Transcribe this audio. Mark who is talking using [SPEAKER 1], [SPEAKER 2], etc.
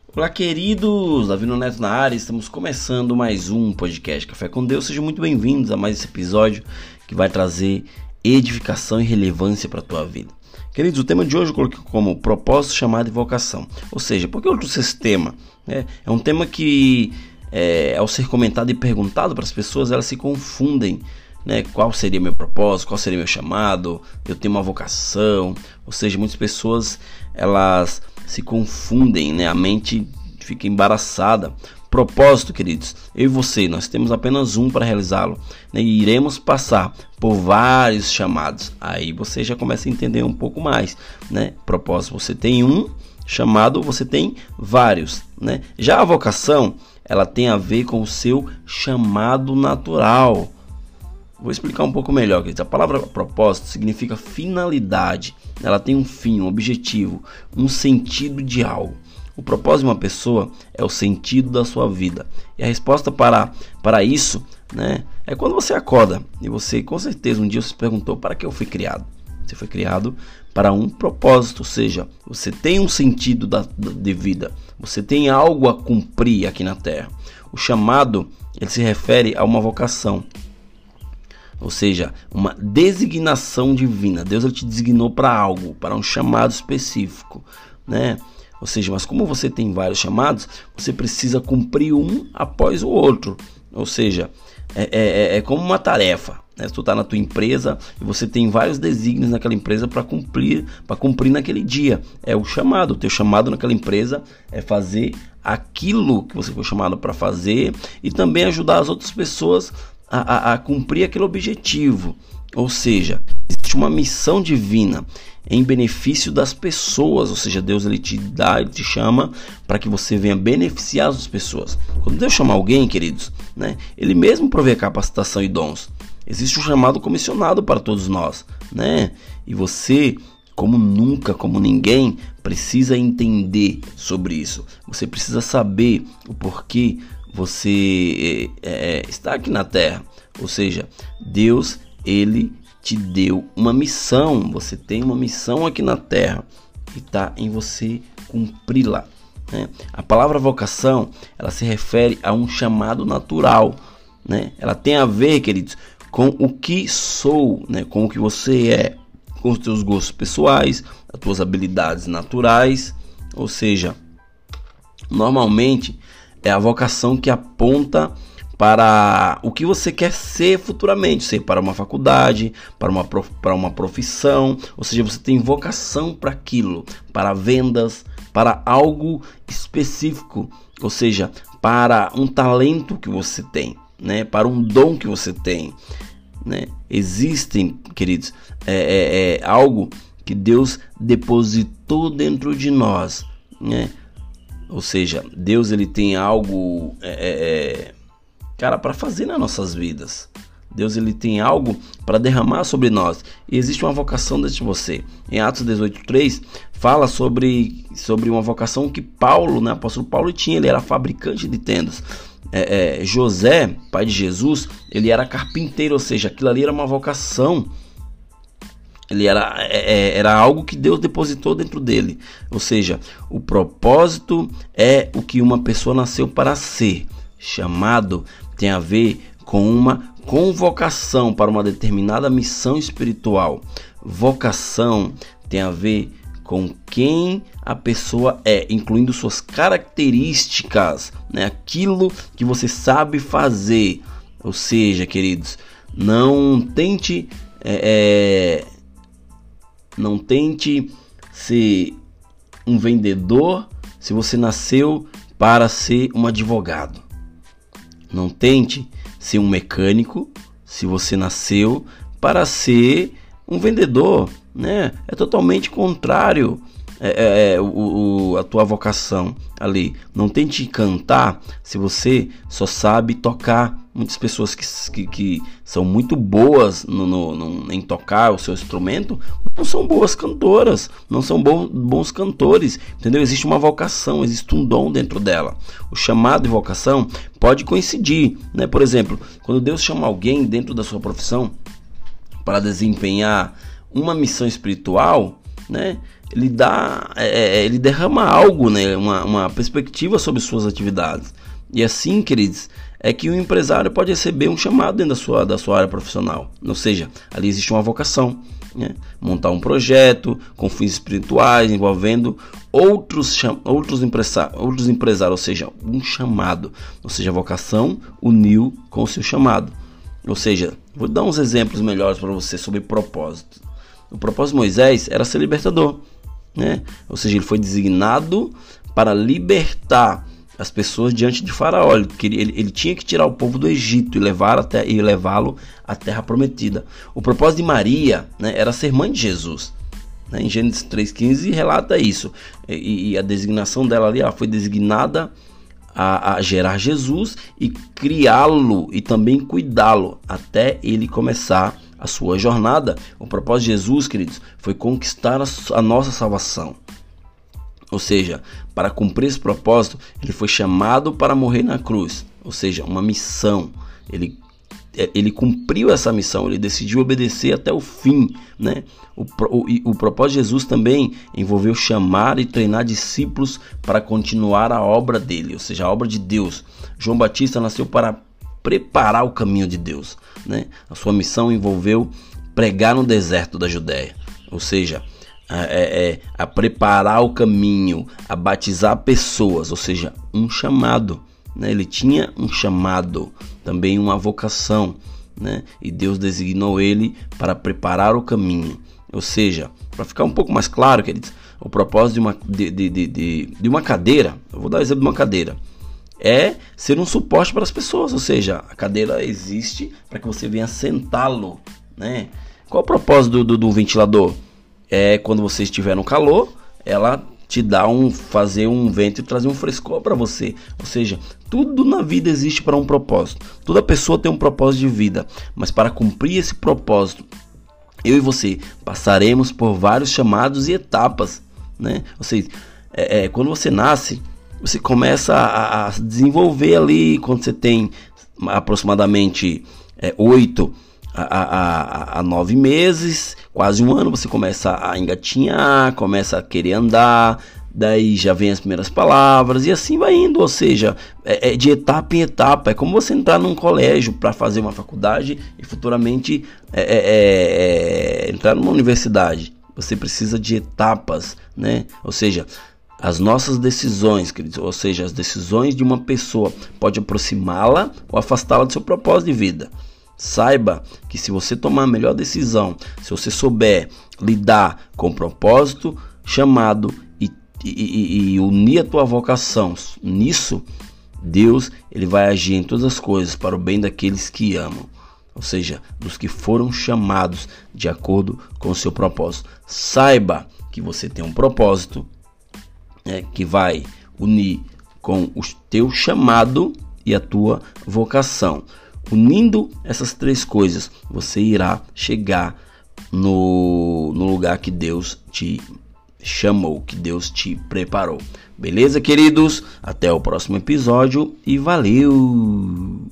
[SPEAKER 1] Olá, queridos! Davi Neto na área, estamos começando mais um podcast Café com Deus. Sejam muito bem-vindos a mais esse episódio que vai trazer edificação e relevância para a tua vida. Queridos, o tema de hoje eu coloquei como propósito, chamado e vocação. Ou seja, por que outro sistema? É um tema que, ao ser comentado e perguntado para as pessoas, elas se confundem. Qual seria meu propósito, qual seria meu chamado, eu tenho uma vocação. Ou seja, muitas pessoas elas se confundem, a mente fica embaraçada. Propósito, queridos, eu e você, nós temos apenas um para realizá-lo, e iremos passar por vários chamados. Aí você já começa a entender um pouco mais, Propósito, você tem um, chamado, você tem vários, Já a vocação, ela tem a ver com o seu chamado natural. Vou explicar um pouco melhor, queridos. A palavra propósito significa finalidade. Ela tem um fim, um objetivo, um sentido de algo. O propósito de uma pessoa é o sentido da sua vida. E a resposta para isso, é quando você acorda e você, com certeza, um dia se perguntou: para que eu fui criado? Você foi criado para um propósito, ou seja, você tem um sentido de vida. Você tem algo a cumprir aqui na Terra. O chamado, ele se refere a uma vocação. Ou seja, uma designação divina. Deus ele te designou para algo, para um chamado específico, Ou seja, mas como você tem vários chamados, você precisa cumprir um após o outro. Ou seja, é como uma tarefa. Se tu está na tua empresa e você tem vários desígnios naquela empresa para cumprir naquele dia. É o chamado. O teu chamado naquela empresa é fazer aquilo que você foi chamado para fazer e também ajudar as outras pessoas a cumprir aquele objetivo. Ou seja, existe uma missão divina em benefício das pessoas. Ou seja, Deus ele te chama para que você venha beneficiar as pessoas. Quando Deus chama alguém, queridos, Ele mesmo provê capacitação e dons. Existe um chamado comissionado para todos nós, E você, como nunca, como ninguém, precisa entender sobre isso. Você precisa saber o porquê você está aqui na Terra. Ou seja, Deus ele te deu uma missão. Você tem uma missão aqui na Terra e está em você cumpri-la. A palavra vocação, ela se refere a um chamado natural, Ela tem a ver, queridos, com o que sou, com o que você é, com os teus gostos pessoais, as tuas habilidades naturais. Ou seja, normalmente é a vocação que aponta para o que você quer ser futuramente, ser para uma faculdade, para uma profissão. Ou seja, você tem vocação para aquilo, para vendas, para algo específico. Ou seja, para um talento que você tem, para um dom que você tem, Existem, queridos, algo que Deus depositou dentro de nós, Ou seja, Deus ele tem algo para fazer nas nossas vidas. Deus ele tem algo para derramar sobre nós. E existe uma vocação dentro de você. Em Atos 18:3 fala sobre uma vocação que Paulo, apóstolo Paulo tinha. Ele era fabricante de tendas. José, pai de Jesus, ele era carpinteiro. Ou seja, aquilo ali era uma vocação. Ele era algo que Deus depositou dentro dele. Ou seja, o propósito é o que uma pessoa nasceu para ser. Chamado tem a ver com uma convocação para uma determinada missão espiritual. Vocação tem a ver com quem a pessoa é, incluindo suas características, aquilo que você sabe fazer. Ou seja, queridos, não tente ser um vendedor se você nasceu para ser um advogado. Não tente ser um mecânico se você nasceu para ser um vendedor, É totalmente contrário a tua vocação ali. Não tente cantar se você só sabe tocar. Muitas pessoas que são muito boas em tocar o seu instrumento não são boas cantoras, não são bons cantores, entendeu? Existe uma vocação, existe um dom dentro dela. O chamado e vocação pode coincidir, Por exemplo, quando Deus chama alguém dentro da sua profissão para desempenhar uma missão espiritual, ele derrama algo, né? Uma perspectiva sobre suas atividades. E assim, queridos, é que o empresário pode receber um chamado dentro da sua área profissional. Ou seja, ali existe uma vocação, né? Montar um projeto com fins espirituais, envolvendo outros empresários, ou seja, um chamado. Ou seja, a vocação uniu com o seu chamado. Ou seja, vou dar uns exemplos melhores para você sobre propósito. O propósito de Moisés era ser libertador, né? Ou seja, ele foi designado para libertar as pessoas diante de Faraó. Ele tinha que tirar o povo do Egito e levá-lo à terra prometida. O propósito de Maria, né, era ser mãe de Jesus, né? Em Gênesis 3,15 relata isso. E a designação dela ali, ela foi designada a gerar Jesus e criá-lo e também cuidá-lo até ele começar a sua jornada. O propósito de Jesus, queridos, foi conquistar a nossa salvação. Ou seja, para cumprir esse propósito, ele foi chamado para morrer na cruz. Ou seja, uma missão. Ele cumpriu essa missão, ele decidiu obedecer até o fim, né? O propósito de Jesus também envolveu chamar e treinar discípulos para continuar a obra dele, ou seja, a obra de Deus. João Batista nasceu para preparar o caminho de Deus, né? A sua missão envolveu pregar no deserto da Judéia, ou seja, a preparar o caminho, a batizar pessoas, ou seja, um chamado, né? Ele tinha um chamado, também uma vocação, né? E Deus designou ele para preparar o caminho. Ou seja, para ficar um pouco mais claro, queridos, o propósito de uma cadeira, eu vou dar o exemplo de uma cadeira, é ser um suporte para as pessoas, ou seja, a cadeira existe para que você venha sentá-lo, né? Qual o propósito do ventilador? É quando você estiver no calor, ela te dá fazer um vento e trazer um frescor para você. Ou seja, tudo na vida existe para um propósito. Toda pessoa tem um propósito de vida, mas para cumprir esse propósito, eu e você passaremos por vários chamados e etapas, né? Ou seja, quando você nasce, você começa a desenvolver ali, quando você tem aproximadamente 8 a 9 meses, quase um ano, você começa a engatinhar, começa a querer andar, daí já vem as primeiras palavras e assim vai indo. Ou seja, de etapa em etapa. É como você entrar num colégio para fazer uma faculdade e futuramente entrar numa universidade. Você precisa de etapas, né? Ou seja, as nossas decisões, queridos, ou seja, as decisões de uma pessoa pode aproximá-la ou afastá-la do seu propósito de vida. Saiba que se você tomar a melhor decisão, se você souber lidar com o propósito, chamado e unir a tua vocação nisso, Deus ele vai agir em todas as coisas para o bem daqueles que amam. Ou seja, dos que foram chamados de acordo com o seu propósito. Saiba que você tem um propósito que vai unir com o teu chamado e a tua vocação. Unindo essas três coisas, você irá chegar no lugar que Deus te chamou, que Deus te preparou. Beleza, queridos? Até o próximo episódio e valeu!